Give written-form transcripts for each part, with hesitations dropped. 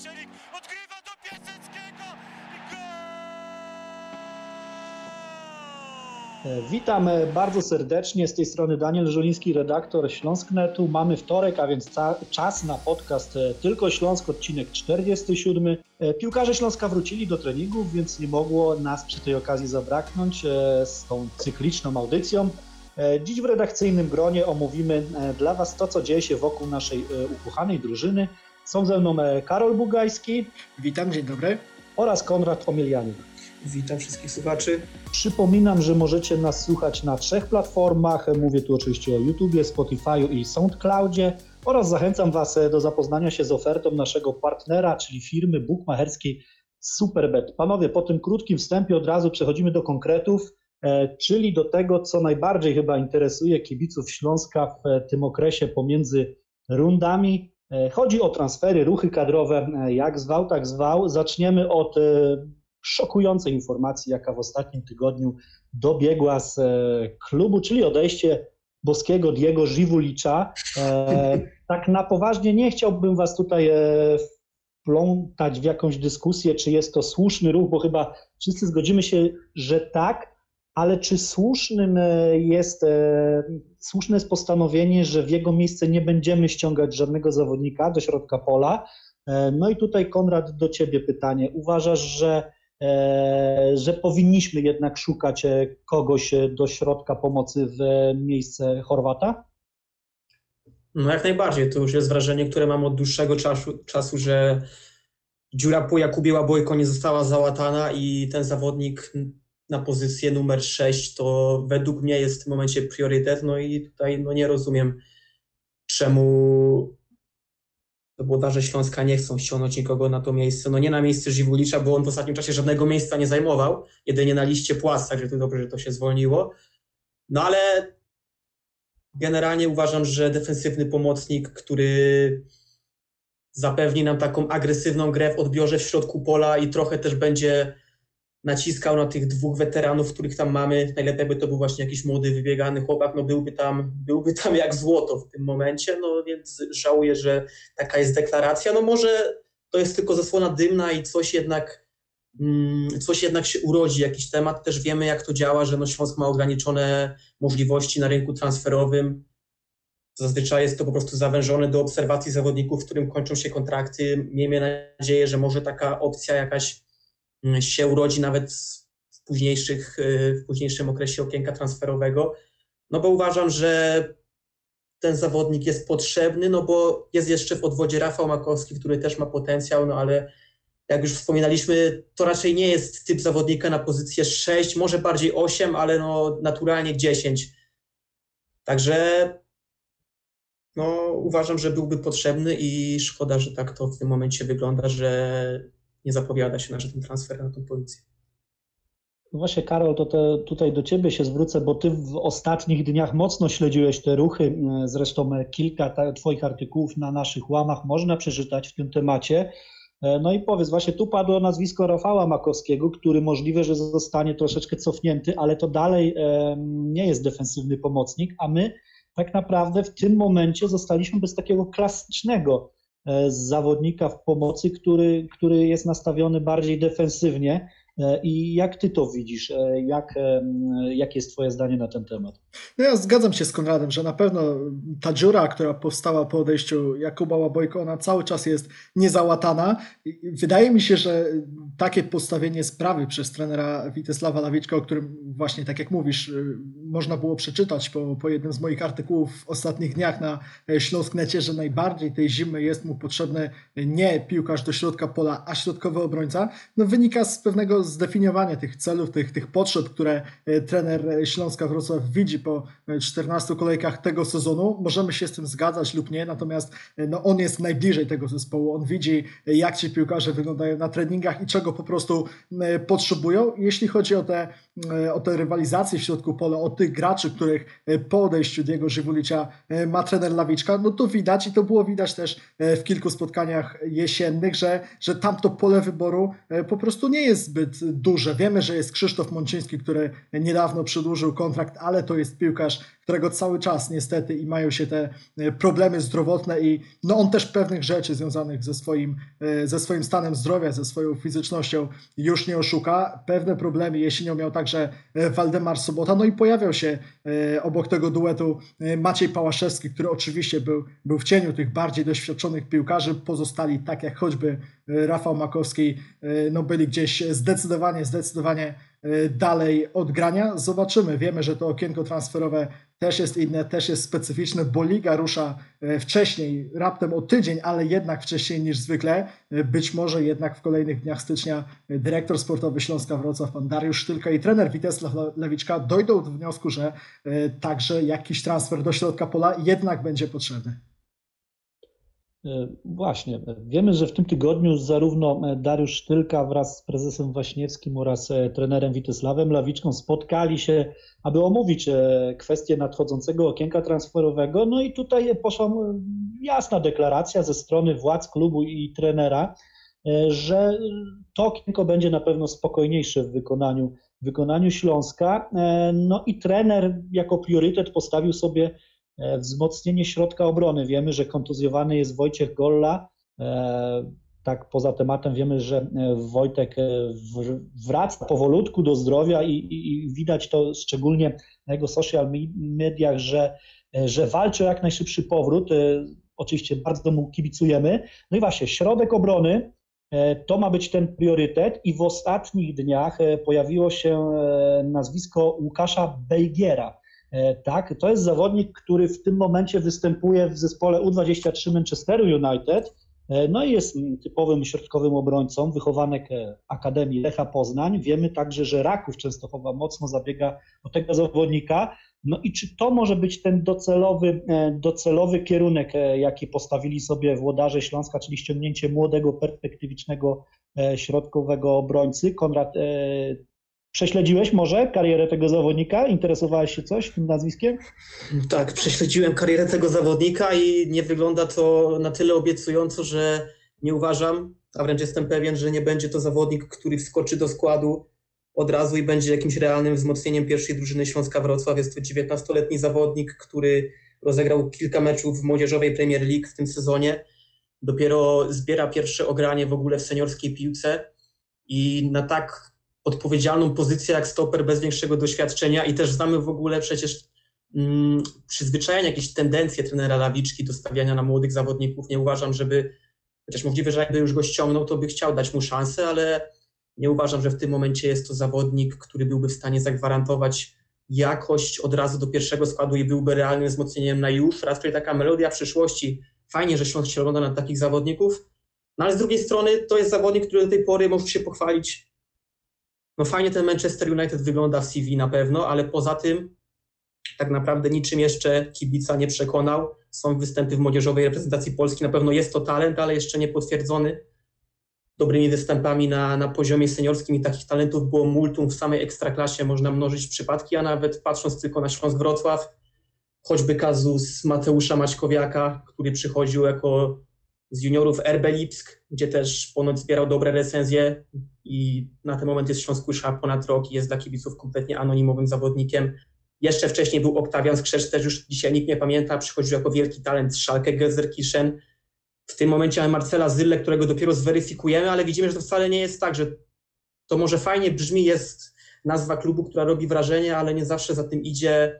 Szczelik odgrywa do Piaseckiego i gol! Witam bardzo serdecznie, z tej strony Daniel Żoliński, redaktor Śląsknetu. Mamy wtorek, a więc czas na podcast Tylko Śląsk, odcinek 47. Piłkarze Śląska wrócili do treningów, więc nie mogło nas przy tej okazji zabraknąć z tą cykliczną audycją. Dziś w redakcyjnym gronie omówimy dla Was to, co dzieje się wokół naszej ukochanej drużyny. Są ze mną Karol Bugajski. Witam, dzień dobry. Oraz Konrad Omielianin. Witam wszystkich słuchaczy. Przypominam, że możecie nas słuchać na 3 platformach. Mówię tu oczywiście o YouTubie, Spotify'u i SoundCloudzie. Oraz zachęcam Was do zapoznania się z ofertą naszego partnera, czyli firmy bukmacherskiej Superbet. Panowie, po tym krótkim wstępie od razu przechodzimy do konkretów, czyli do tego, co najbardziej chyba interesuje kibiców Śląska w tym okresie pomiędzy rundami. Chodzi o transfery, ruchy kadrowe, jak zwał, tak zwał. Zaczniemy od szokującej informacji, jaka w ostatnim tygodniu dobiegła z klubu, czyli odejście boskiego Diego Żywulicza. Tak na poważnie nie chciałbym Was tutaj wplątać w jakąś dyskusję, czy jest to słuszny ruch, bo chyba wszyscy zgodzimy się, że tak, ale czy słuszne jest postanowienie, że w jego miejsce nie będziemy ściągać żadnego zawodnika do środka pola? No i tutaj, Konrad, do Ciebie pytanie. Uważasz, że powinniśmy jednak szukać kogoś do środka pomocy w miejsce Chorwata? No jak najbardziej. To już jest wrażenie, które mam od dłuższego czasu, że dziura po Jakubie Łabojko nie została załatana i ten zawodnik na pozycję numer 6 to według mnie jest w tym momencie priorytet. No i tutaj nie rozumiem, czemu włodarze Śląska nie chcą ściągnąć nikogo na to miejsce. No nie na miejsce Żywulicza, bo on w ostatnim czasie żadnego miejsca nie zajmował, jedynie na liście płac, także to dobrze, że to się zwolniło. No ale generalnie uważam, że defensywny pomocnik, który zapewni nam taką agresywną grę w odbiorze w środku pola i trochę też będzie naciskał na tych dwóch weteranów, których tam mamy. Najlepiej by to był właśnie jakiś młody, wybiegany chłopak, no byłby tam jak złoto w tym momencie, no więc żałuję, że taka jest deklaracja. No może to jest tylko zasłona dymna i coś jednak się urodzi, jakiś temat. Też wiemy, jak to działa, że Śląsk ma ograniczone możliwości na rynku transferowym. Zazwyczaj jest to po prostu zawężone do obserwacji zawodników, w którym kończą się kontrakty. Miejmy nadzieję, że może taka opcja jakaś się urodzi nawet w późniejszym okresie okienka transferowego. No bo uważam, że ten zawodnik jest potrzebny, no bo jest jeszcze w odwodzie Rafał Makowski, który też ma potencjał, no ale jak już wspominaliśmy, to raczej nie jest typ zawodnika na pozycję 6, może bardziej 8, ale naturalnie 10. Także uważam, że byłby potrzebny i szkoda, że tak to w tym momencie wygląda, że nie zapowiada się na żaden transfer na tą pozycję. No właśnie, Karol, tutaj do Ciebie się zwrócę, bo Ty w ostatnich dniach mocno śledziłeś te ruchy. Zresztą kilka Twoich artykułów na naszych łamach można przeczytać w tym temacie. No i powiedz, właśnie tu padło nazwisko Rafała Makowskiego, który możliwe, że zostanie troszeczkę cofnięty, ale to dalej nie jest defensywny pomocnik, a my tak naprawdę w tym momencie zostaliśmy bez takiego klasycznego zawodnika w pomocy, który jest nastawiony bardziej defensywnie. I jak Ty to widzisz? Jakie jest Twoje zdanie na ten temat? No ja zgadzam się z Konradem, że na pewno ta dziura, która powstała po odejściu Jakuba Łabojko, ona cały czas jest niezałatana. Wydaje mi się, że takie postawienie sprawy przez trenera Witesława Lawiczka, o którym właśnie, tak jak mówisz, można było przeczytać po jednym z moich artykułów w ostatnich dniach na Śląsknecie, że najbardziej tej zimy jest mu potrzebny nie piłkarz do środka pola, a środkowy obrońca, wynika z pewnego zdefiniowania tych celów, tych potrzeb, które trener Śląska Wrocław widzi po 14 kolejkach tego sezonu. Możemy się z tym zgadzać lub nie, natomiast on jest najbliżej tego zespołu. On widzi, jak ci piłkarze wyglądają na treningach i czego po prostu potrzebują. Jeśli chodzi o te rywalizacje w środku pola, o tych graczy, których po odejściu Diego Żywulicza ma trener Lawiczka, no to widać i to było widać też w kilku spotkaniach jesiennych, że tamto pole wyboru po prostu nie jest zbyt duże. Wiemy, że jest Krzysztof Mączyński, który niedawno przedłużył kontrakt, ale to jest piłkarz, którego cały czas niestety i mają się te problemy zdrowotne i no on też pewnych rzeczy związanych ze swoim stanem zdrowia, ze swoją fizycznością już nie oszuka. Pewne problemy jesienią miał także Waldemar Sobota, no i pojawiał się obok tego duetu Maciej Pałaszewski, który oczywiście był w cieniu tych bardziej doświadczonych piłkarzy. Pozostali, tak jak choćby Rafał Makowski, no byli gdzieś zdecydowanie dalej od grania. Zobaczymy. Wiemy, że to okienko transferowe też jest inne, też jest specyficzne, bo liga rusza wcześniej, raptem o tydzień, ale jednak wcześniej niż zwykle. Być może jednak w kolejnych dniach stycznia dyrektor sportowy Śląska Wrocław, pan Dariusz Sztylka i trener Witesław Lewiczka dojdą do wniosku, że także jakiś transfer do środka pola jednak będzie potrzebny. Właśnie. Wiemy, że w tym tygodniu zarówno Dariusz Sztylka wraz z prezesem Waśniewskim oraz trenerem Witesławem Lawiczką spotkali się, aby omówić kwestię nadchodzącego okienka transferowego. No i tutaj poszła jasna deklaracja ze strony władz klubu i trenera, że to okienko będzie na pewno spokojniejsze w wykonaniu Śląska. No i trener jako priorytet postawił sobie wzmocnienie środka obrony. Wiemy, że kontuzjowany jest Wojciech Golla. Tak poza tematem wiemy, że Wojtek wraca powolutku do zdrowia i widać to szczególnie na jego social mediach, że walczy o jak najszybszy powrót. Oczywiście bardzo mu kibicujemy. No i właśnie, środek obrony to ma być ten priorytet i w ostatnich dniach pojawiło się nazwisko Łukasza Bejgiera. Tak, to jest zawodnik, który w tym momencie występuje w zespole U23 Manchesteru United, no i jest typowym środkowym obrońcą, wychowanek Akademii Lecha Poznań. Wiemy także, że Raków Częstochowa mocno zabiega o tego zawodnika. No i czy to może być ten docelowy kierunek, jaki postawili sobie włodarze Śląska, czyli ściągnięcie młodego, perspektywicznego środkowego obrońcy? Konrad, prześledziłeś może karierę tego zawodnika? Interesowałeś się coś tym nazwiskiem? Tak, prześledziłem karierę tego zawodnika i nie wygląda to na tyle obiecująco, że nie uważam, a wręcz jestem pewien, że nie będzie to zawodnik, który wskoczy do składu od razu i będzie jakimś realnym wzmocnieniem pierwszej drużyny Śląska Wrocław. Jest to 19-letni zawodnik, który rozegrał kilka meczów w młodzieżowej Premier League w tym sezonie. Dopiero zbiera pierwsze ogranie w ogóle w seniorskiej piłce i na tak odpowiedzialną pozycję jak stoper bez większego doświadczenia i też znamy w ogóle przecież przyzwyczajenie, jakieś tendencje trenera Lawiczki do stawiania na młodych zawodników. Nie uważam, żeby, chociaż możliwe, że jakby już go ściągnął, to by chciał dać mu szansę, ale nie uważam, że w tym momencie jest to zawodnik, który byłby w stanie zagwarantować jakość od razu do pierwszego składu i byłby realnym wzmocnieniem na już. Raczej taka melodia przyszłości. Fajnie, że Śląsk się ogląda na takich zawodników, no ale z drugiej strony to jest zawodnik, który do tej pory może się pochwalić. No fajnie ten Manchester United wygląda w CV na pewno, ale poza tym tak naprawdę niczym jeszcze kibica nie przekonał. Są występy w młodzieżowej reprezentacji Polski, na pewno jest to talent, ale jeszcze nie potwierdzony dobrymi występami na poziomie seniorskim i takich talentów było multum w samej ekstraklasie, można mnożyć przypadki, a nawet patrząc tylko na Śląsk Wrocław, choćby kazus Mateusza Maćkowiaka, który przychodził z juniorów RB Lipsk, gdzie też ponoć zbierał dobre recenzje i na ten moment jest w Śląsku już ponad rok i jest dla kibiców kompletnie anonimowym zawodnikiem. Jeszcze wcześniej był Oktawian Skrzecz, też już dzisiaj nikt nie pamięta, przychodził jako wielki talent z Schalke Gelsenkirchen. W tym momencie mamy Marcela Zylle, którego dopiero zweryfikujemy, ale widzimy, że to wcale nie jest tak, że to może fajnie brzmi, jest nazwa klubu, która robi wrażenie, ale nie zawsze za tym idzie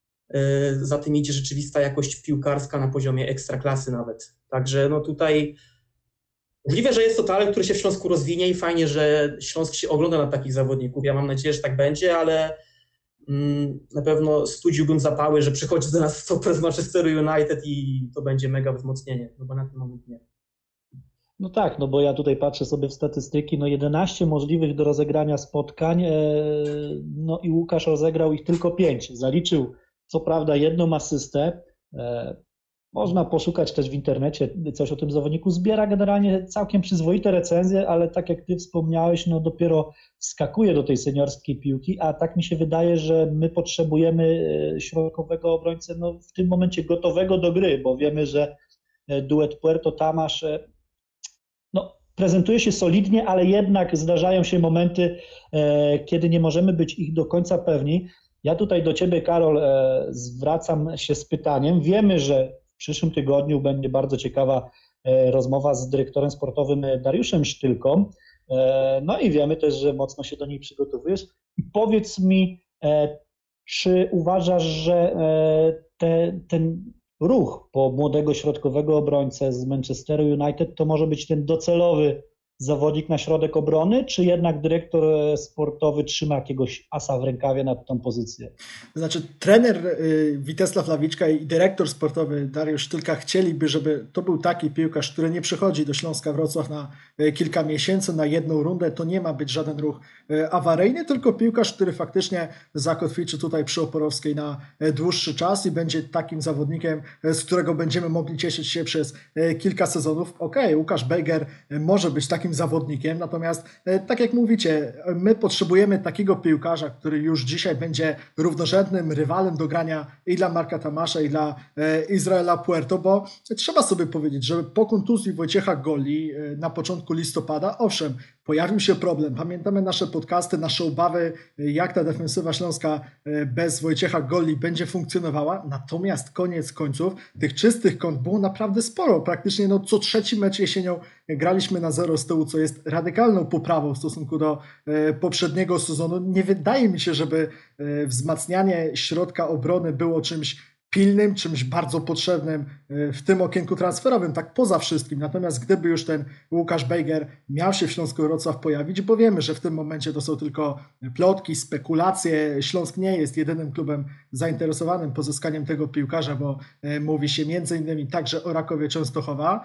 rzeczywista jakość piłkarska na poziomie ekstraklasy nawet. Także no tutaj możliwe, że jest to talent, który się w Śląsku rozwinie i fajnie, że Śląsk się ogląda na takich zawodników. Ja mam nadzieję, że tak będzie, ale na pewno studziłbym zapały, że przychodzi do nas stoper z Manchesteru United i to będzie mega wzmocnienie, no bo na ten moment nie. No tak, no bo ja tutaj patrzę sobie w statystyki, no 11 możliwych do rozegrania spotkań, no i Łukasz rozegrał ich tylko 5. Zaliczył co prawda jedną asystę, Można poszukać też w internecie, coś o tym zawodniku. Zbiera generalnie całkiem przyzwoite recenzje, ale tak jak ty wspomniałeś, no dopiero skakuje do tej seniorskiej piłki, a tak mi się wydaje, że my potrzebujemy środkowego obrońcę no, w tym momencie gotowego do gry, bo wiemy, że duet Puerto-Tamasz no, prezentuje się solidnie, ale jednak zdarzają się momenty, kiedy nie możemy być ich do końca pewni. Ja tutaj do ciebie, Karol, zwracam się z pytaniem. Wiemy, że w przyszłym tygodniu będzie bardzo ciekawa rozmowa z dyrektorem sportowym Dariuszem Sztylką. No i wiemy też, że mocno się do niej przygotowujesz. I powiedz mi, czy uważasz, że ten ruch po młodego środkowego obrońcę z Manchesteru United to może być ten docelowy zawodnik na środek obrony, czy jednak dyrektor sportowy trzyma jakiegoś asa w rękawie na tą pozycję? Znaczy trener Witesław Lawiczka i dyrektor sportowy Dariusz Sztylka chcieliby, żeby to był taki piłkarz, który nie przychodzi do Śląska Wrocław na kilka miesięcy, na jedną rundę. To nie ma być żaden ruch awaryjny, tylko piłkarz, który faktycznie zakotwiczy tutaj przy Oporowskiej na dłuższy czas i będzie takim zawodnikiem, z którego będziemy mogli cieszyć się przez kilka sezonów. Okej, Łukasz Bejger może być takim zawodnikiem, natomiast tak jak mówicie, my potrzebujemy takiego piłkarza, który już dzisiaj będzie równorzędnym rywalem do grania i dla Marka Tamasza, i dla Izraela Puerto, bo trzeba sobie powiedzieć, że po kontuzji Wojciecha Golli na początku listopada, owszem, pojawił się problem. Pamiętamy nasze podcasty, nasze obawy, jak ta defensywa śląska bez Wojciecha Golli będzie funkcjonowała, natomiast koniec końców tych czystych kąt było naprawdę sporo. Praktycznie no, co trzeci mecz jesienią graliśmy na 0 z tyłu, co jest radykalną poprawą w stosunku do poprzedniego sezonu. Nie wydaje mi się, żeby wzmacnianie środka obrony było czymś pilnym, czymś bardzo potrzebnym w tym okienku transferowym, tak poza wszystkim. Natomiast gdyby już ten Łukasz Bejger miał się w Śląsku Wrocław pojawić, bo wiemy, że w tym momencie to są tylko plotki, spekulacje. Śląsk nie jest jedynym klubem zainteresowanym pozyskaniem tego piłkarza, bo mówi się między innymi także o Rakowie Częstochowa.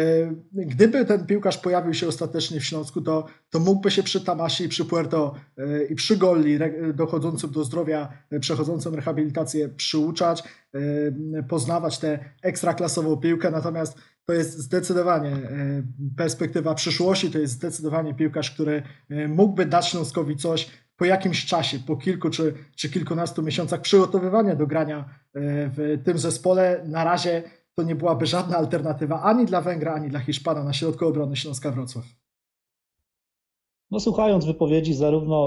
Gdyby ten piłkarz pojawił się ostatecznie w Śląsku, to mógłby się przy Tamasie i przy Puerto i przy Golli dochodzącym do zdrowia, przechodzącym rehabilitację przyuczać, poznawać tę ekstraklasową piłkę, czy to jest zdecydowanie perspektywa przyszłości, to jest zdecydowanie piłkarz, który mógłby dać Śląskowi coś po jakimś czasie, po kilku czy kilkunastu miesiącach przygotowywania do grania w tym zespole. Na razie to nie byłaby żadna alternatywa ani dla Węgra, ani dla Hiszpana na środku obrony Śląska Wrocław. No słuchając wypowiedzi zarówno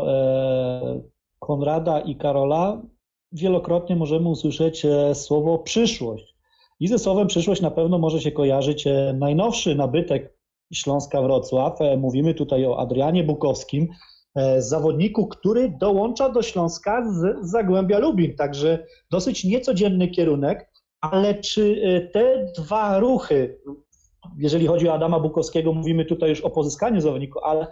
Konrada i Karola, wielokrotnie możemy usłyszeć słowo przyszłość. I ze słowem przyszłość na pewno może się kojarzyć najnowszy nabytek Śląska Wrocław. Mówimy tutaj o Adrianie Bukowskim, zawodniku, który dołącza do Śląska z Zagłębia Lubin. Także dosyć niecodzienny kierunek, ale czy te dwa ruchy, jeżeli chodzi o Adama Bukowskiego, mówimy tutaj już o pozyskaniu zawodniku, ale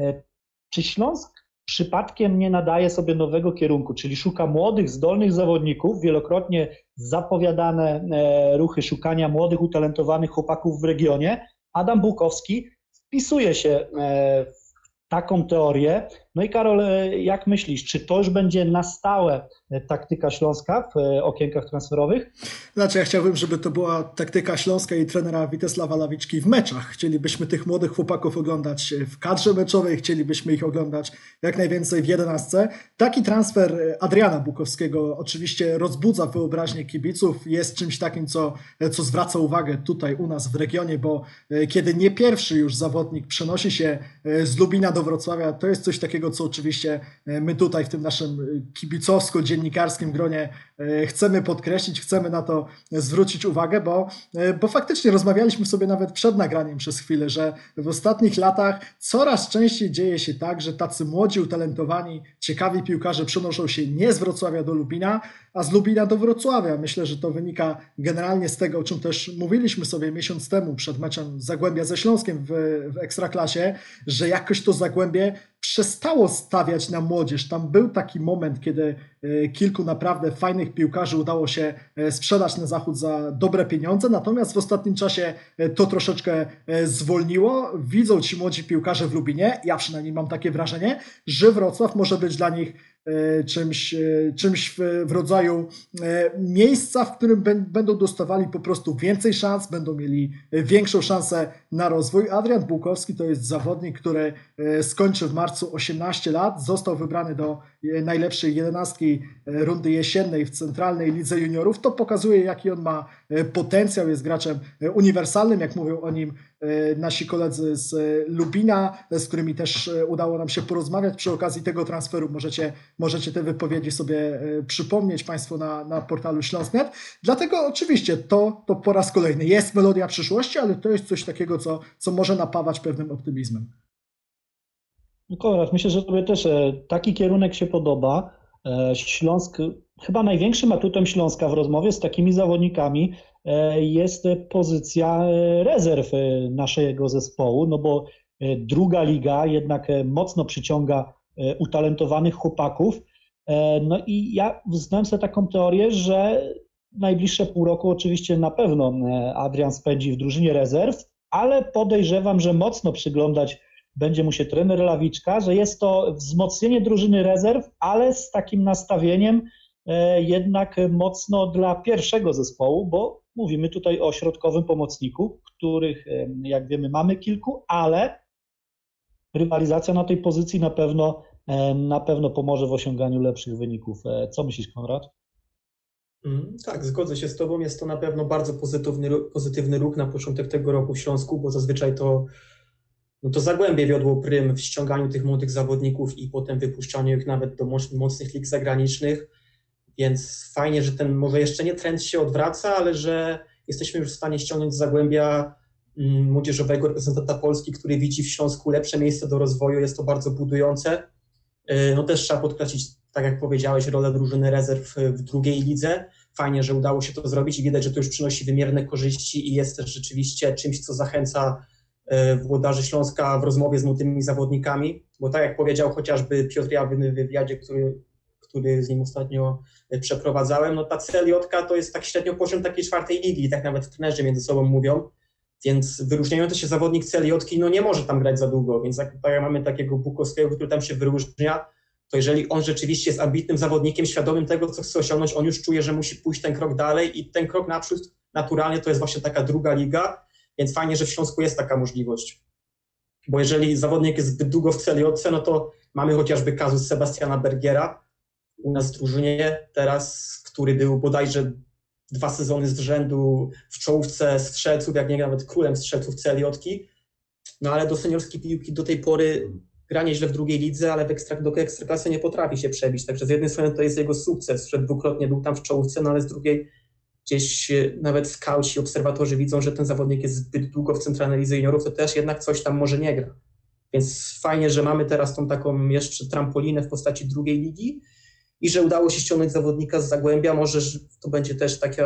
czy Śląsk przypadkiem nie nadaje sobie nowego kierunku, czyli szuka młodych, zdolnych zawodników, wielokrotnie zapowiadane ruchy szukania młodych, utalentowanych chłopaków w regionie. Adam Bukowski wpisuje się w taką teorię. No i Karol, jak myślisz, czy to już będzie na stałe taktyka Śląska w okienkach transferowych? Znaczy ja chciałbym, żeby to była taktyka Śląska i trenera Witesława Lawiczki w meczach. Chcielibyśmy tych młodych chłopaków oglądać w kadrze meczowej, chcielibyśmy ich oglądać jak najwięcej w 11. Taki transfer Adriana Bukowskiego oczywiście rozbudza wyobraźnię kibiców, jest czymś takim, co zwraca uwagę tutaj u nas w regionie, bo kiedy nie pierwszy już zawodnik przenosi się z Lubina do Wrocławia, to jest coś takiego, co oczywiście my tutaj w tym naszym kibicowsko-dziennikarskim gronie chcemy podkreślić, chcemy na to zwrócić uwagę, bo faktycznie rozmawialiśmy sobie nawet przed nagraniem przez chwilę, że w ostatnich latach coraz częściej dzieje się tak, że tacy młodzi, utalentowani, ciekawi piłkarze przenoszą się nie z Wrocławia do Lubina, a z Lubina do Wrocławia. Myślę, że to wynika generalnie z tego, o czym też mówiliśmy sobie miesiąc temu przed meczem Zagłębia ze Śląskiem w Ekstraklasie, że jakoś to Zagłębie przestało stawiać na młodzież. Tam był taki moment, kiedy kilku naprawdę fajnych piłkarzy udało się sprzedać na zachód za dobre pieniądze, natomiast w ostatnim czasie to troszeczkę zwolniło. Widzą ci młodzi piłkarze w Lubinie, ja przynajmniej mam takie wrażenie, że Wrocław może być dla nich czymś w rodzaju miejsca, w którym będą dostawali po prostu więcej szans, będą mieli większą szansę na rozwój. Adrian Bułkowski to jest zawodnik, który skończył w marcu 18 lat, został wybrany do najlepszej 11 rundy jesiennej w Centralnej Lidze Juniorów. To pokazuje, jaki on ma potencjał, jest graczem uniwersalnym, jak mówią o nim nasi koledzy z Lubina, z którymi też udało nam się porozmawiać przy okazji tego transferu. Możecie te wypowiedzi sobie przypomnieć Państwo na portalu Śląsk.net. Dlatego oczywiście to po raz kolejny jest melodia przyszłości, ale to jest coś takiego, co może napawać pewnym optymizmem. No Konrad, myślę, że tobie też taki kierunek się podoba. Śląsk, chyba największym atutem Śląska w rozmowie z takimi zawodnikami jest pozycja rezerw naszego zespołu, no bo druga liga jednak mocno przyciąga utalentowanych chłopaków. No i ja znałem sobie taką teorię, że najbliższe pół roku oczywiście na pewno Adrian spędzi w drużynie rezerw, ale podejrzewam, że mocno przyglądać będzie mu się trener Lawiczka, że jest to wzmocnienie drużyny rezerw, ale z takim nastawieniem jednak mocno dla pierwszego zespołu, bo mówimy tutaj o środkowym pomocniku, których jak wiemy mamy kilku, ale rywalizacja na tej pozycji na pewno pomoże w osiąganiu lepszych wyników. Co myślisz, Konrad? Tak, zgodzę się z Tobą. Jest to na pewno bardzo pozytywny ruch na początek tego roku w Śląsku, bo zazwyczaj to Zagłębie wiodło prym w ściąganiu tych młodych zawodników i potem wypuszczaniu ich nawet do mocnych lig zagranicznych, więc fajnie, że ten może jeszcze nie trend się odwraca, ale że jesteśmy już w stanie ściągnąć z Zagłębia młodzieżowego reprezentanta Polski, który widzi w Śląsku lepsze miejsce do rozwoju, jest to bardzo budujące. No też trzeba podkreślić, tak jak powiedziałeś, rolę drużyny rezerw w drugiej lidze. Fajnie, że udało się to zrobić i widać, że to już przynosi wymierne korzyści i jest też rzeczywiście czymś, co zachęca włodarzy Śląska w rozmowie z młodymi zawodnikami, bo tak jak powiedział chociażby Piotr Jawyn w wywiadzie, który z nim ostatnio przeprowadzałem, no ta CLJ-ka to jest tak średnio poziom takiej czwartej ligi, tak nawet trenerzy między sobą mówią, więc wyróżniający się zawodnik CLJ-ki nie może tam grać za długo, więc jak mamy takiego Bukowskiego, który tam się wyróżnia, to jeżeli on rzeczywiście jest ambitnym zawodnikiem, świadomym tego, co chce osiągnąć, on już czuje, że musi pójść ten krok dalej i ten krok naprzód naturalnie to jest właśnie taka druga liga, więc fajnie, że w Śląsku jest taka możliwość. Bo jeżeli zawodnik jest zbyt długo w CLJ-ce, no to mamy chociażby kazus Sebastiana Bergiera u nas w drużynie teraz, który był bodajże 2 sezony z rzędu w czołówce strzelców, jak nie nawet królem strzelców CLJ-ki. No ale do seniorskiej piłki do tej pory gra nieźle w drugiej lidze, ale do ekstraklasy nie potrafi się przebić. Także z jednej strony to jest jego sukces, że dwukrotnie był tam w czołówce, no ale z drugiej gdzieś nawet skauci, obserwatorzy widzą, że ten zawodnik jest zbyt długo w Centralnej Lidze Juniorów, to też jednak coś tam może nie gra. Więc fajnie, że mamy teraz tą taką jeszcze trampolinę w postaci drugiej ligi i że udało się ściągnąć zawodnika z Zagłębia. Może to będzie też taki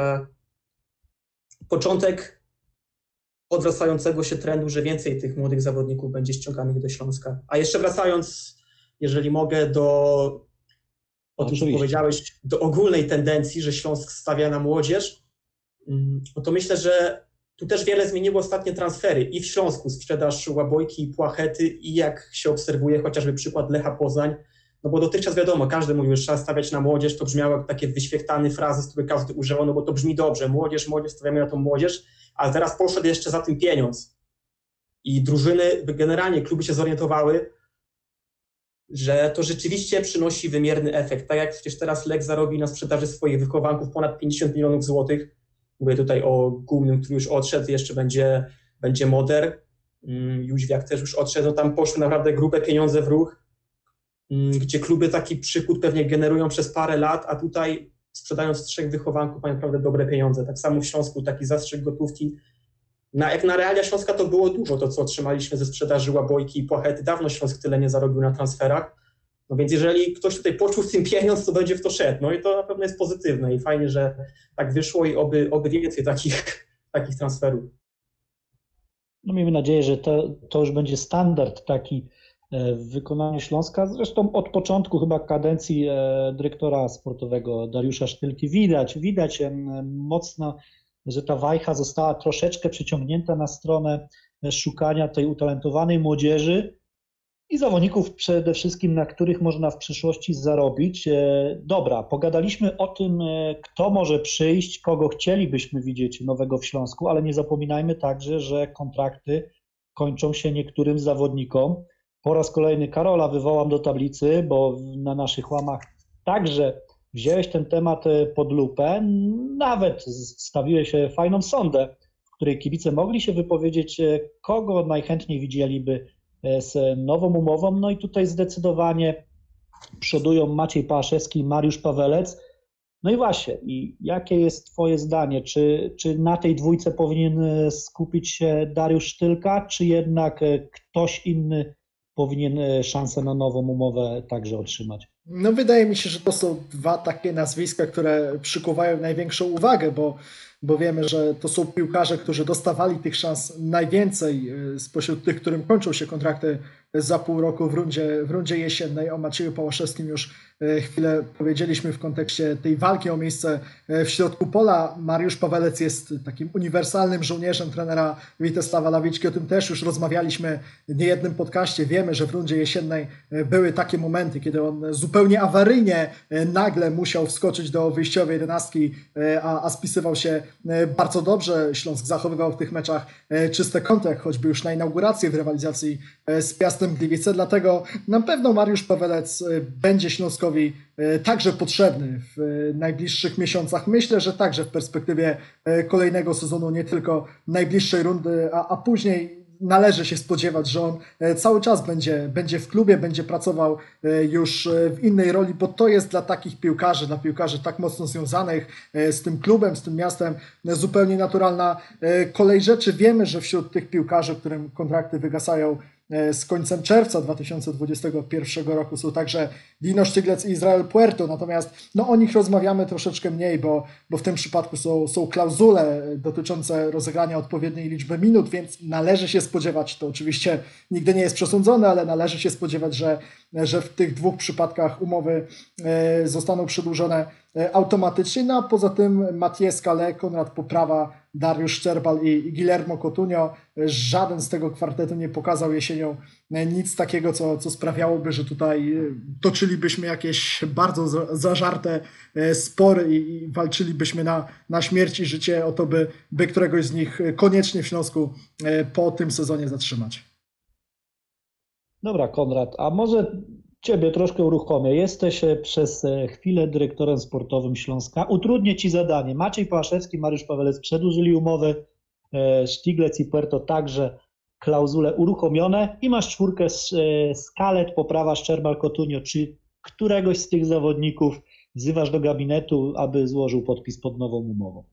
początek odwracającego się trendu, że więcej tych młodych zawodników będzie ściąganych do Śląska. A jeszcze wracając, jeżeli mogę, o tym, co powiedziałeś, do ogólnej tendencji, że Śląsk stawia na młodzież, no to myślę, że tu też wiele zmieniło ostatnie transfery i w Śląsku sprzedaż Łabojki i Płachety i jak się obserwuje chociażby przykład Lecha Poznań, no bo dotychczas wiadomo, każdy mówił, że trzeba stawiać na młodzież, to brzmiało jak takie wyświechtane frazy, z których każdy używał, no bo to brzmi dobrze, młodzież, stawiamy na tą młodzież, ale teraz poszedł jeszcze za tym pieniądz i drużyny, generalnie kluby się zorientowały, że to rzeczywiście przynosi wymierny efekt. Tak jak przecież teraz Lech zarobi na sprzedaży swoich wychowanków ponad 50 milionów złotych. Mówię tutaj o Gumnym, który już odszedł, jeszcze będzie Moder. Jóźwiak też już odszedł. No tam poszły naprawdę grube pieniądze w ruch, gdzie kluby taki przychód pewnie generują przez parę lat, a tutaj sprzedając 3 wychowanków mają naprawdę dobre pieniądze. Tak samo w Śląsku taki zastrzyk gotówki. Jak na realia Śląska to było dużo, to co otrzymaliśmy ze sprzedaży Łabojki i Płachety. Dawno Śląsk tyle nie zarobił na transferach. No więc jeżeli ktoś tutaj poczuł w tym pieniądz, to będzie w to szedł. No i to na pewno jest pozytywne i fajnie, że tak wyszło i oby więcej takich transferów. No miejmy nadzieję, że to już będzie standard taki w wykonaniu Śląska. Zresztą od początku chyba kadencji dyrektora sportowego Dariusza Sztylki widać mocno, że ta wajcha została troszeczkę przyciągnięta na stronę szukania tej utalentowanej młodzieży i zawodników przede wszystkim, na których można w przyszłości zarobić. Dobra, pogadaliśmy o tym, kto może przyjść, kogo chcielibyśmy widzieć nowego w Śląsku, ale nie zapominajmy także, że kontrakty kończą się niektórym zawodnikom. Po raz kolejny Karola wywołam do tablicy, bo na naszych łamach także wziąłeś ten temat pod lupę, nawet stawiłeś fajną sondę, w której kibice mogli się wypowiedzieć, kogo najchętniej widzieliby z nową umową. No i tutaj zdecydowanie przodują Maciej Pałaszewski i Mariusz Pawelec. No i właśnie, i jakie jest twoje zdanie? Czy na tej dwójce powinien skupić się Dariusz Sztylka, czy jednak ktoś inny powinien szansę na nową umowę także otrzymać? No wydaje mi się, że to są dwa takie nazwiska, które przykuwają największą uwagę, bo wiemy, że to są piłkarze, którzy dostawali tych szans najwięcej spośród tych, którym kończą się kontrakty za pół roku w rundzie jesiennej. O Macieju Pałaszewskim już chwilę powiedzieliśmy w kontekście tej walki o miejsce w środku pola. Mariusz Pawelec jest takim uniwersalnym żołnierzem trenera Witesława Lawiczki. O tym też już rozmawialiśmy w niejednym podcaście. Wiemy, że w rundzie jesiennej były takie momenty, kiedy on zupełnie awaryjnie nagle musiał wskoczyć do wyjściowej 11, a spisywał się bardzo dobrze. Śląsk zachowywał w tych meczach czyste konto, jak choćby już na inaugurację w rywalizacji z Piastem Gliwice. Dlatego na pewno Mariusz Pawelec będzie Śląskowi także potrzebny w najbliższych miesiącach. Myślę, że także w perspektywie kolejnego sezonu, nie tylko najbliższej rundy, a później należy się spodziewać, że on cały czas będzie w klubie, będzie pracował już w innej roli, bo to jest dla takich piłkarzy, dla piłkarzy tak mocno związanych z tym klubem, z tym miastem, zupełnie naturalna kolej rzeczy. Wiemy, że wśród tych piłkarzy, którym kontrakty wygasają z końcem czerwca 2021 roku, są także Dino Sztyglec i Izrael Puerto, natomiast o nich rozmawiamy troszeczkę mniej, bo w tym przypadku są klauzule dotyczące rozegrania odpowiedniej liczby minut, więc należy się spodziewać, to oczywiście nigdy nie jest przesądzone, ale należy się spodziewać, że w tych dwóch przypadkach umowy zostaną przedłużone automatycznie, a poza tym Mathieu Scalé, Konrad Poprawa, Dariusz Szczerbal i Guillermo Coutinho. Żaden z tego kwartetu nie pokazał jesienią nic takiego, co sprawiałoby, że tutaj toczylibyśmy jakieś bardzo zażarte spory i walczylibyśmy na śmierć i życie o to, by któregoś z nich koniecznie w Śląsku po tym sezonie zatrzymać. Dobra, Konrad, a może Ciebie troszkę uruchomię. Jesteś przez chwilę dyrektorem sportowym Śląska. Utrudnię Ci zadanie. Maciej Pałaszewski, Mariusz Pawelec przedłużyli umowy, Sztyglec i Puerto także klauzule uruchomione i masz czwórkę Skalet, Poprawa, Szczerbal, Coutinho. Czy któregoś z tych zawodników wzywasz do gabinetu, aby złożył podpis pod nową umową?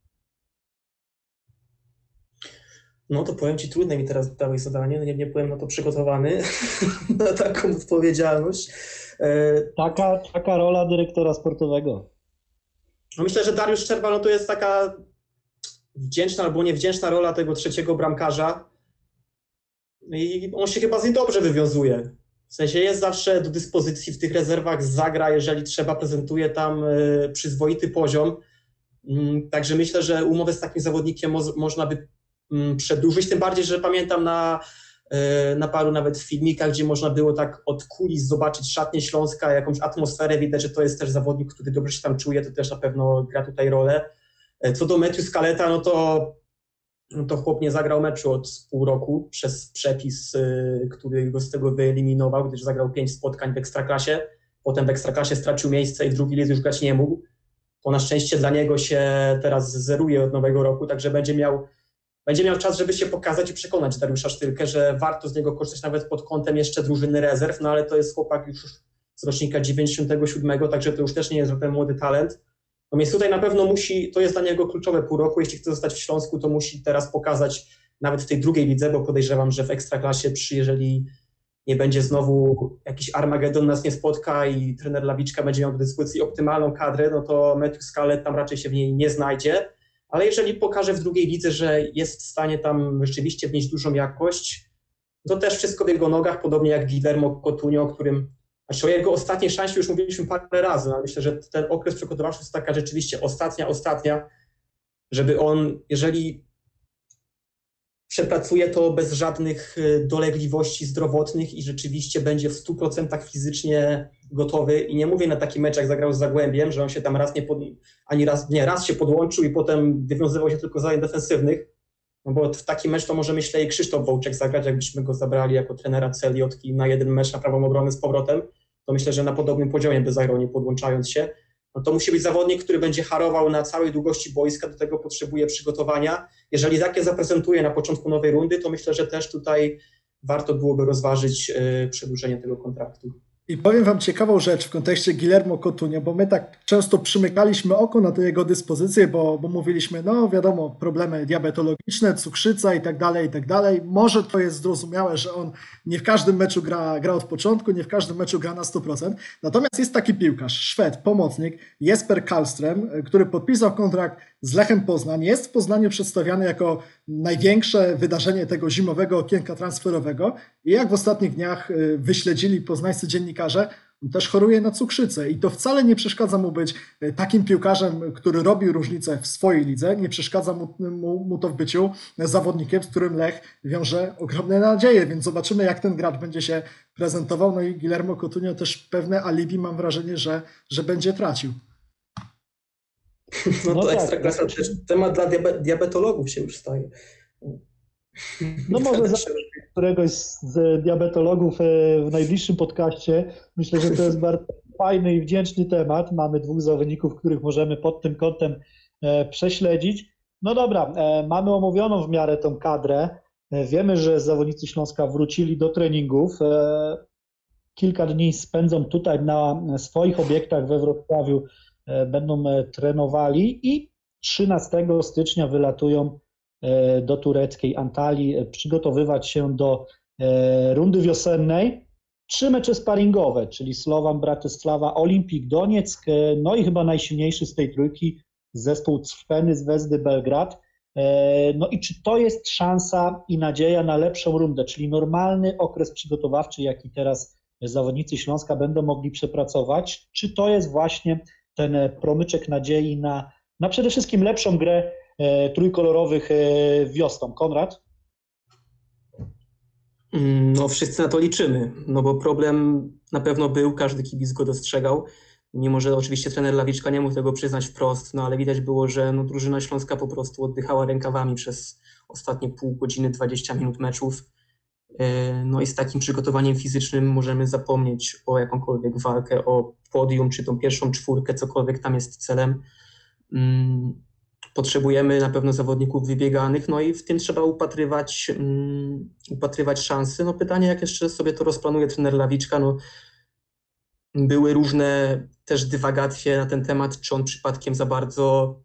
No to powiem Ci, trudne mi teraz dałeś zadanie, nie byłem na to przygotowany, na taką odpowiedzialność. Taka rola dyrektora sportowego. No myślę, że Dariusz Szczerbal to jest taka wdzięczna albo niewdzięczna rola tego trzeciego bramkarza i on się chyba z niej dobrze wywiązuje. W sensie jest zawsze do dyspozycji w tych rezerwach, zagra, jeżeli trzeba, prezentuje tam przyzwoity poziom. Także myślę, że umowę z takim zawodnikiem można by przedłużyć, tym bardziej, że pamiętam na paru nawet filmikach, gdzie można było tak od kulis zobaczyć szatnię Śląska, jakąś atmosferę, widać, że to jest też zawodnik, który dobrze się tam czuje, to też na pewno gra tutaj rolę. Co do Mathieu Scaleta, no to chłop nie zagrał meczu od pół roku przez przepis, który go z tego wyeliminował, gdyż zagrał 5 spotkań w Ekstraklasie, potem w Ekstraklasie stracił miejsce i w drugiej lidze już grać nie mógł. To na szczęście dla niego się teraz zeruje od nowego roku, także będzie miał czas, żeby się pokazać i przekonać Dariusza Sztylkę, że warto z niego korzystać nawet pod kątem jeszcze drużyny rezerw, no ale to jest chłopak już z rocznika 97, także to już też nie jest żaden młody talent. Natomiast tutaj na pewno to jest dla niego kluczowe pół roku, jeśli chce zostać w Śląsku, to musi teraz pokazać nawet w tej drugiej lidze, bo podejrzewam, że w Ekstraklasie jeżeli nie będzie znowu jakiś Armagedon nas nie spotka i trener Lawiczka będzie miał do dyspozycji optymalną kadrę, no to Mathieu Scaleta tam raczej się w niej nie znajdzie. Ale jeżeli pokaże w drugiej lidze, że jest w stanie tam rzeczywiście wnieść dużą jakość, to też wszystko w jego nogach, podobnie jak Guillermo Coutinho, o jego ostatniej szansie już mówiliśmy parę razy, ale myślę, że ten okres przygotowawczy jest taka rzeczywiście ostatnia, żeby on, jeżeli przepracuje to bez żadnych dolegliwości zdrowotnych i rzeczywiście będzie w 100% fizycznie gotowy. I nie mówię na taki mecz, jak zagrał z Zagłębiem, że on się tam raz się podłączył i potem wywiązywał się tylko z zadań defensywnych, no bo w taki mecz to może, myślę, i Krzysztof Wołczek zagrać, jakbyśmy go zabrali jako trenera Celiotki na jeden mecz na prawą obronę z powrotem, to myślę, że na podobnym poziomie by zagrał, nie podłączając się. No to musi być zawodnik, który będzie harował na całej długości boiska, do tego potrzebuje przygotowania. Jeżeli takie zaprezentuje na początku nowej rundy, to myślę, że też tutaj warto byłoby rozważyć przedłużenie tego kontraktu. I powiem wam ciekawą rzecz w kontekście Guillermo Coutinho, bo my tak często przymykaliśmy oko na te jego dyspozycje, bo mówiliśmy, no wiadomo, problemy diabetologiczne, cukrzyca i tak dalej. Może to jest zrozumiałe, że on nie w każdym meczu gra od początku, nie w każdym meczu gra na 100%. Natomiast jest taki piłkarz, Szwed, pomocnik, Jesper Karlström, który podpisał kontrakt z Lechem Poznań. Jest w Poznaniu przedstawiany jako największe wydarzenie tego zimowego okienka transferowego i jak w ostatnich dniach wyśledzili poznańscy dziennikarze, on też choruje na cukrzycę i to wcale nie przeszkadza mu być takim piłkarzem, który robi różnicę w swojej lidze, nie przeszkadza mu to w byciu zawodnikiem, z którym Lech wiąże ogromne nadzieje, więc zobaczymy, jak ten gracz będzie się prezentował. No i Guillermo Coutinho też pewne alibi, mam wrażenie, że będzie tracił. No to Ekstraklasa też temat dla diabetologów się już staje. No może za któregoś z diabetologów w najbliższym podcaście. Myślę, że to jest bardzo fajny i wdzięczny temat. Mamy dwóch zawodników, których możemy pod tym kątem prześledzić. No dobra, mamy omówioną w miarę tą kadrę. Wiemy, że zawodnicy Śląska wrócili do treningów. Kilka dni spędzą tutaj na swoich obiektach we Wrocławiu, będą trenowali i 13 stycznia wylatują do tureckiej Antalii, przygotowywać się do rundy wiosennej. 3 mecze sparingowe, czyli Slovan Bratysława, Olimpik Donieck, no i chyba najsilniejszy z tej trójki zespół Crveny Zvezdy Belgrad. No i czy to jest szansa i nadzieja na lepszą rundę, czyli normalny okres przygotowawczy, jaki teraz zawodnicy Śląska będą mogli przepracować, czy to jest właśnie ten promyczek nadziei na przede wszystkim lepszą grę trójkolorowych wiosną? Konrad? No wszyscy na to liczymy, no bo problem na pewno był, każdy kibic go dostrzegał, mimo że oczywiście trener Lawiczka nie mógł tego przyznać wprost, no ale widać było, że no, drużyna Śląska po prostu oddychała rękawami przez ostatnie pół godziny, 20 minut meczów. No i z takim przygotowaniem fizycznym możemy zapomnieć o jakąkolwiek walkę, o podium, czy tą pierwszą czwórkę, cokolwiek tam jest celem. Potrzebujemy na pewno zawodników wybieganych, no i w tym trzeba upatrywać szansy. No pytanie, jak jeszcze sobie to rozplanuje trener Lawiczka, no były różne też dywagacje na ten temat, czy on przypadkiem za bardzo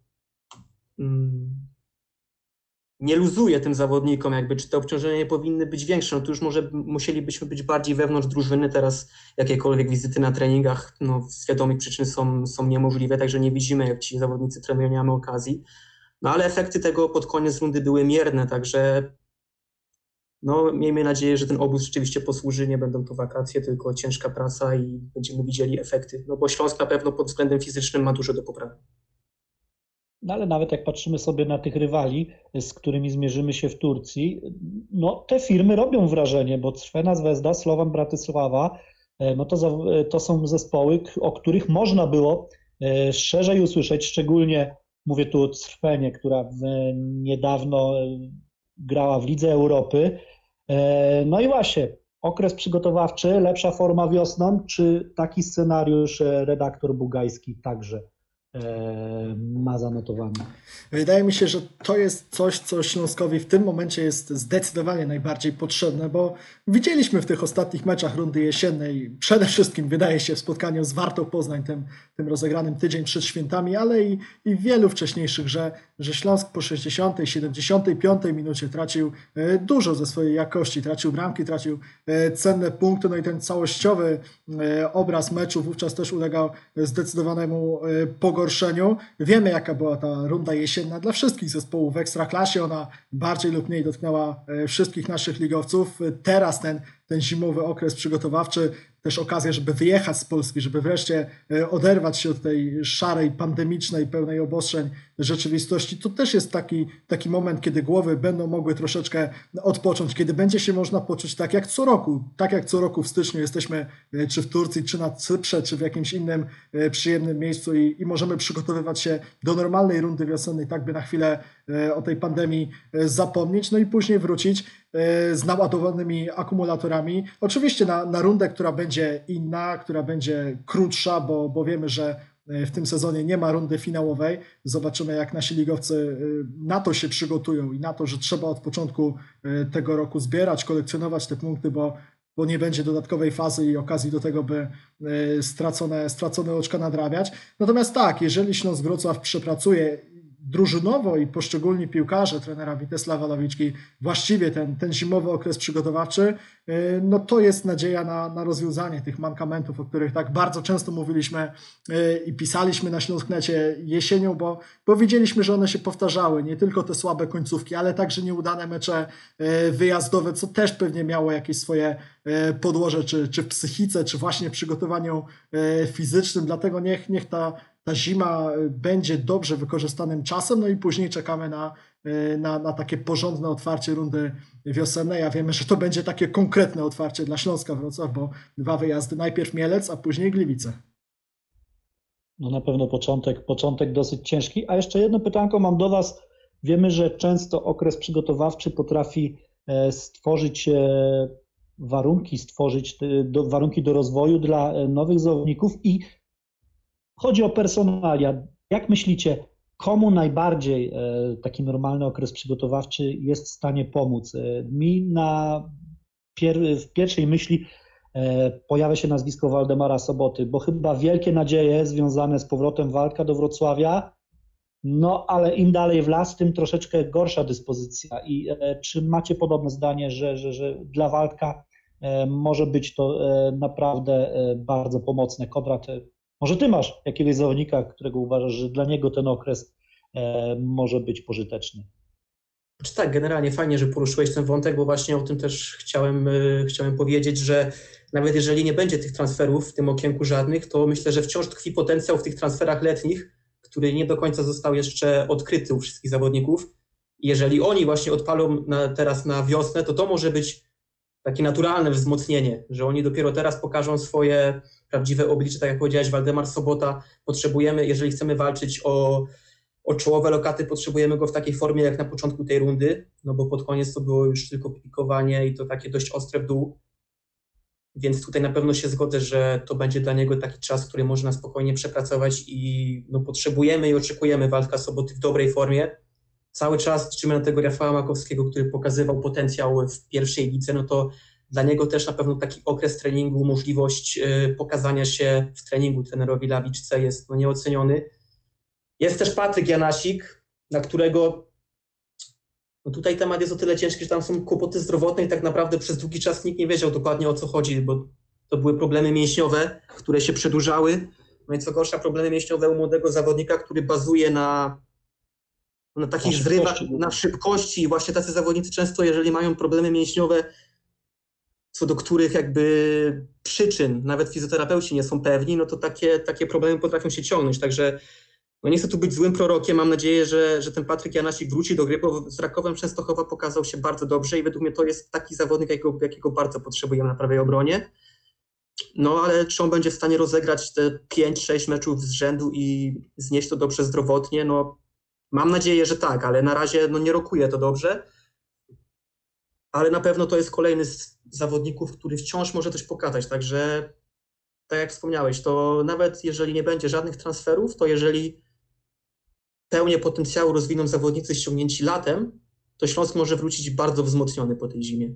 nie luzuje tym zawodnikom, jakby, czy te obciążenia nie powinny być większe, no to już może musielibyśmy być bardziej wewnątrz drużyny, teraz jakiekolwiek wizyty na treningach, no z wiadomych przyczyn są niemożliwe, także nie widzimy, jak ci zawodnicy trenują, nie mamy okazji, no ale efekty tego pod koniec rundy były mierne, także no miejmy nadzieję, że ten obóz rzeczywiście posłuży, nie będą to wakacje, tylko ciężka praca i będziemy widzieli efekty, no bo Śląsk na pewno pod względem fizycznym ma dużo do poprawy. No ale nawet jak patrzymy sobie na tych rywali, z którymi zmierzymy się w Turcji, no te firmy robią wrażenie, bo Crvena Zvezda, Slovan Bratysława, no to są zespoły, o których można było szerzej usłyszeć, szczególnie mówię tu o Crvenie, która niedawno grała w Lidze Europy. No i właśnie, okres przygotowawczy, lepsza forma wiosną, czy taki scenariusz redaktor Bugajski także ma zanotowany? Wydaje mi się, że to jest coś, co Śląskowi w tym momencie jest zdecydowanie najbardziej potrzebne, bo widzieliśmy w tych ostatnich meczach rundy jesiennej, przede wszystkim wydaje się w spotkaniu z Wartą Poznań, tym rozegranym tydzień przed świętami, ale i w wielu wcześniejszych, że Śląsk po 60., 75 minucie tracił dużo ze swojej jakości, tracił bramki, tracił cenne punkty, no i ten całościowy obraz meczu wówczas też ulegał zdecydowanemu pogorszeniu. Wiemy, jaka była ta runda jesienna dla wszystkich zespołów w Ekstraklasie. Ona bardziej lub mniej dotknęła wszystkich naszych ligowców. Teraz ten zimowy okres przygotowawczy też okazja, żeby wyjechać z Polski, żeby wreszcie oderwać się od tej szarej, pandemicznej, pełnej obostrzeń rzeczywistości. To też jest taki moment, kiedy głowy będą mogły troszeczkę odpocząć, kiedy będzie się można poczuć tak jak co roku. Tak jak co roku w styczniu jesteśmy czy w Turcji, czy na Cyprze, czy w jakimś innym przyjemnym miejscu i możemy przygotowywać się do normalnej rundy wiosennej, tak by na chwilę o tej pandemii zapomnieć, no i później wrócić z naładowanymi akumulatorami. Oczywiście na rundę, która będzie inna, która będzie krótsza, bo wiemy, że w tym sezonie nie ma rundy finałowej. Zobaczymy, jak nasi ligowcy na to się przygotują i na to, że trzeba od początku tego roku zbierać, kolekcjonować te punkty, bo nie będzie dodatkowej fazy i okazji do tego, by stracone oczka nadrabiać. Natomiast tak, jeżeli Śląsk Wrocław przepracuje drużynowo i poszczególni piłkarze trenera Witesława Lawiczki właściwie ten zimowy okres przygotowawczy, no to jest nadzieja na rozwiązanie tych mankamentów, o których tak bardzo często mówiliśmy i pisaliśmy na Śląsknecie jesienią, bo widzieliśmy, że one się powtarzały, nie tylko te słabe końcówki, ale także nieudane mecze wyjazdowe, co też pewnie miało jakieś swoje podłoże, czy w psychice, czy właśnie w przygotowaniu fizycznym, dlatego niech ta zima będzie dobrze wykorzystanym czasem, no i później czekamy na takie porządne otwarcie rundy wiosennej, a wiemy, że to będzie takie konkretne otwarcie dla Śląska Wrocław, bo 2 wyjazdy, najpierw Mielec, a później Gliwice. No na pewno początek dosyć ciężki, a jeszcze jedno pytanko mam do Was. Wiemy, że często okres przygotowawczy potrafi stworzyć warunki do rozwoju dla nowych zawodników i chodzi o personalia. Jak myślicie, komu najbardziej taki normalny okres przygotowawczy jest w stanie pomóc? Mi w pierwszej myśli pojawia się nazwisko Waldemara Soboty, bo chyba wielkie nadzieje związane z powrotem Waldka do Wrocławia, no ale im dalej w las, tym troszeczkę gorsza dyspozycja. I czy macie podobne zdanie, że dla Waldka może być to naprawdę bardzo pomocne? Konrad, może ty masz jakiegoś zawodnika, którego uważasz, że dla niego ten okres może być pożyteczny? Znaczy tak, generalnie fajnie, że poruszyłeś ten wątek, bo właśnie o tym też chciałem powiedzieć, że nawet jeżeli nie będzie tych transferów w tym okienku żadnych, to myślę, że wciąż tkwi potencjał w tych transferach letnich, który nie do końca został jeszcze odkryty u wszystkich zawodników. I jeżeli oni właśnie odpalą teraz na wiosnę, to może być takie naturalne wzmocnienie, że oni dopiero teraz pokażą swoje prawdziwe oblicze, tak jak powiedziałeś, Waldemar Sobota, potrzebujemy, jeżeli chcemy walczyć o czołowe lokaty, potrzebujemy go w takiej formie jak na początku tej rundy, no bo pod koniec to było już tylko pikowanie i to takie dość ostre w dół, więc tutaj na pewno się zgodzę, że to będzie dla niego taki czas, który można spokojnie przepracować i no, potrzebujemy i oczekujemy Waldka Soboty w dobrej formie. Cały czas liczymy na tego Rafała Makowskiego, który pokazywał potencjał w pierwszej lidze, no to dla niego też na pewno taki okres treningu, możliwość pokazania się w treningu trenerowi Lawiczce jest nieoceniony. Jest też Patryk Janasik, na którego no tutaj temat jest o tyle ciężki, że tam są kłopoty zdrowotne i tak naprawdę przez długi czas nikt nie wiedział dokładnie o co chodzi, bo to były problemy mięśniowe, które się przedłużały. No i co gorsza, problemy mięśniowe u młodego zawodnika, który bazuje na takich zrywach, na szybkości. I właśnie tacy zawodnicy często, jeżeli mają problemy mięśniowe, co do których jakby przyczyn nawet fizjoterapeuci nie są pewni, no to takie problemy potrafią się ciągnąć. Także no nie chcę tu być złym prorokiem, mam nadzieję, że ten Patryk Janasik wróci do gry, bo z Rakowem Częstochowa pokazał się bardzo dobrze i według mnie to jest taki zawodnik, jakiego bardzo potrzebujemy na prawej obronie. No ale czy on będzie w stanie rozegrać te 5-6 meczów z rzędu i znieść to dobrze zdrowotnie? No mam nadzieję, że tak, ale na razie nie rokuje to dobrze. Ale na pewno to jest kolejny z zawodników, który wciąż może coś pokazać. Także tak jak wspomniałeś, to nawet jeżeli nie będzie żadnych transferów, to jeżeli pełnię potencjału rozwiną zawodnicy ściągnięci latem, to Śląsk może wrócić bardzo wzmocniony po tej zimie.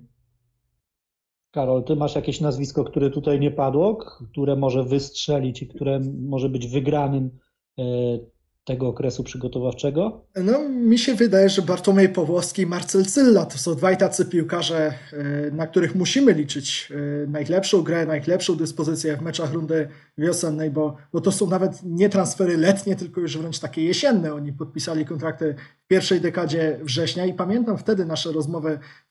Karol, ty masz jakieś nazwisko, które tutaj nie padło, które może wystrzelić i które może być wygranym tego okresu przygotowawczego? No, mi się wydaje, że Bartłomiej Pawłowski i Marcel Cylla to są dwaj tacy piłkarze, na których musimy liczyć najlepszą grę, najlepszą dyspozycję w meczach rundy wiosennej, bo to są nawet nie transfery letnie, tylko już wręcz takie jesienne. Oni podpisali kontrakty w pierwszej dekadzie września i pamiętam wtedy nasze rozmowy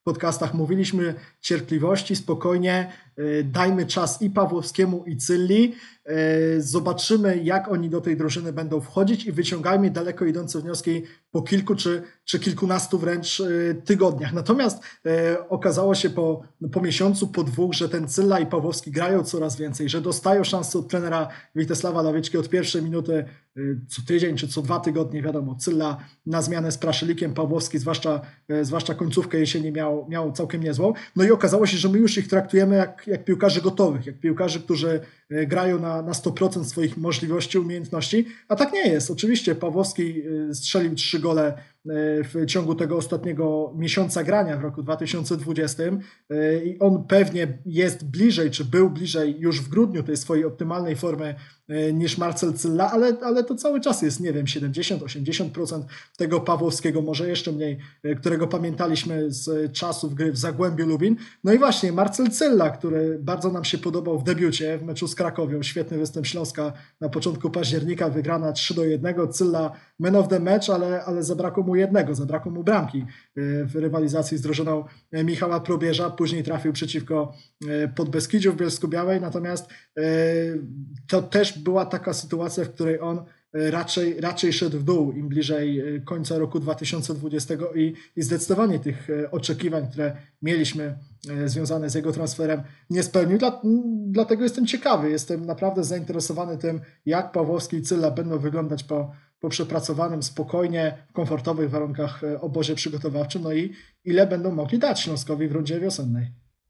podcastach mówiliśmy, cierpliwości, spokojnie, dajmy czas i Pawłowskiemu, i Cylli, zobaczymy, jak oni do tej drużyny będą wchodzić i wyciągajmy daleko idące wnioski po kilku czy kilkunastu wręcz tygodniach. Natomiast okazało się po miesiącu, po dwóch, że ten Cylla i Pawłowski grają coraz więcej, że dostają szansę od trenera Witesława Lawieczki od pierwszej minuty co tydzień czy co 2 tygodnie, wiadomo, Cylla na zmianę z Praszylikiem, Pawłowski zwłaszcza końcówkę jesieni miał całkiem niezłą. No i okazało się, że my już ich traktujemy jak piłkarzy gotowych, jak piłkarzy, którzy grają na 100% swoich możliwości, umiejętności, a tak nie jest. Oczywiście Pawłowski strzelił 3 gole w ciągu tego ostatniego miesiąca grania w roku 2020 i on pewnie jest bliżej, czy był bliżej już w grudniu tej swojej optymalnej formy niż Marcel Cylla, ale to cały czas jest, nie wiem, 70-80% tego Pawłowskiego, może jeszcze mniej, którego pamiętaliśmy z czasów gry w Zagłębiu Lubin. No i właśnie Marcel Cylla, który bardzo nam się podobał w debiucie w meczu z Krakowią, świetny występ Śląska na początku października, wygrana 3-1, Cylla man of the match, ale zabrakło mu bramki w rywalizacji z drużyną Michała Probierza, później trafił przeciwko Podbeskidziu w Bielsku-Białej, natomiast to też była taka sytuacja, w której on raczej szedł w dół im bliżej końca roku 2020 i zdecydowanie tych oczekiwań, które mieliśmy związane z jego transferem, nie spełnił. Dlatego jestem ciekawy, jestem naprawdę zainteresowany tym, jak Pawłowski i Cylla będą wyglądać po przepracowanym, spokojnie, w komfortowych warunkach obozie przygotowawczym, no i ile będą mogli dać Śląskowi w rundzie wiosennej.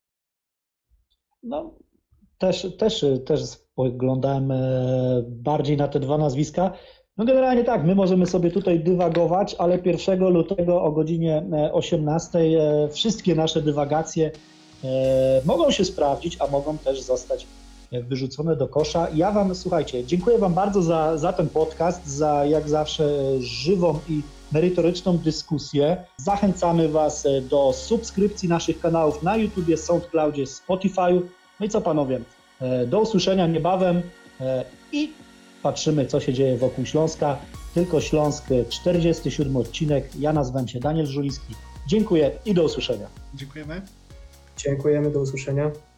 No, też spoglądałem bardziej na te 2 nazwiska. No generalnie tak, my możemy sobie tutaj dywagować, ale 1 lutego o godzinie 18 wszystkie nasze dywagacje mogą się sprawdzić, a mogą też zostać wyrzucone do kosza. Ja Wam, słuchajcie, dziękuję Wam bardzo za ten podcast, za jak zawsze żywą i merytoryczną dyskusję. Zachęcamy Was do subskrypcji naszych kanałów na YouTubie, SoundCloudzie, Spotify'u. No i co panowie, do usłyszenia niebawem i patrzymy, co się dzieje wokół Śląska. Tylko Śląsk, 47 odcinek. Ja nazywam się Daniel Żuliski. Dziękuję i do usłyszenia. Dziękujemy. Dziękujemy, do usłyszenia.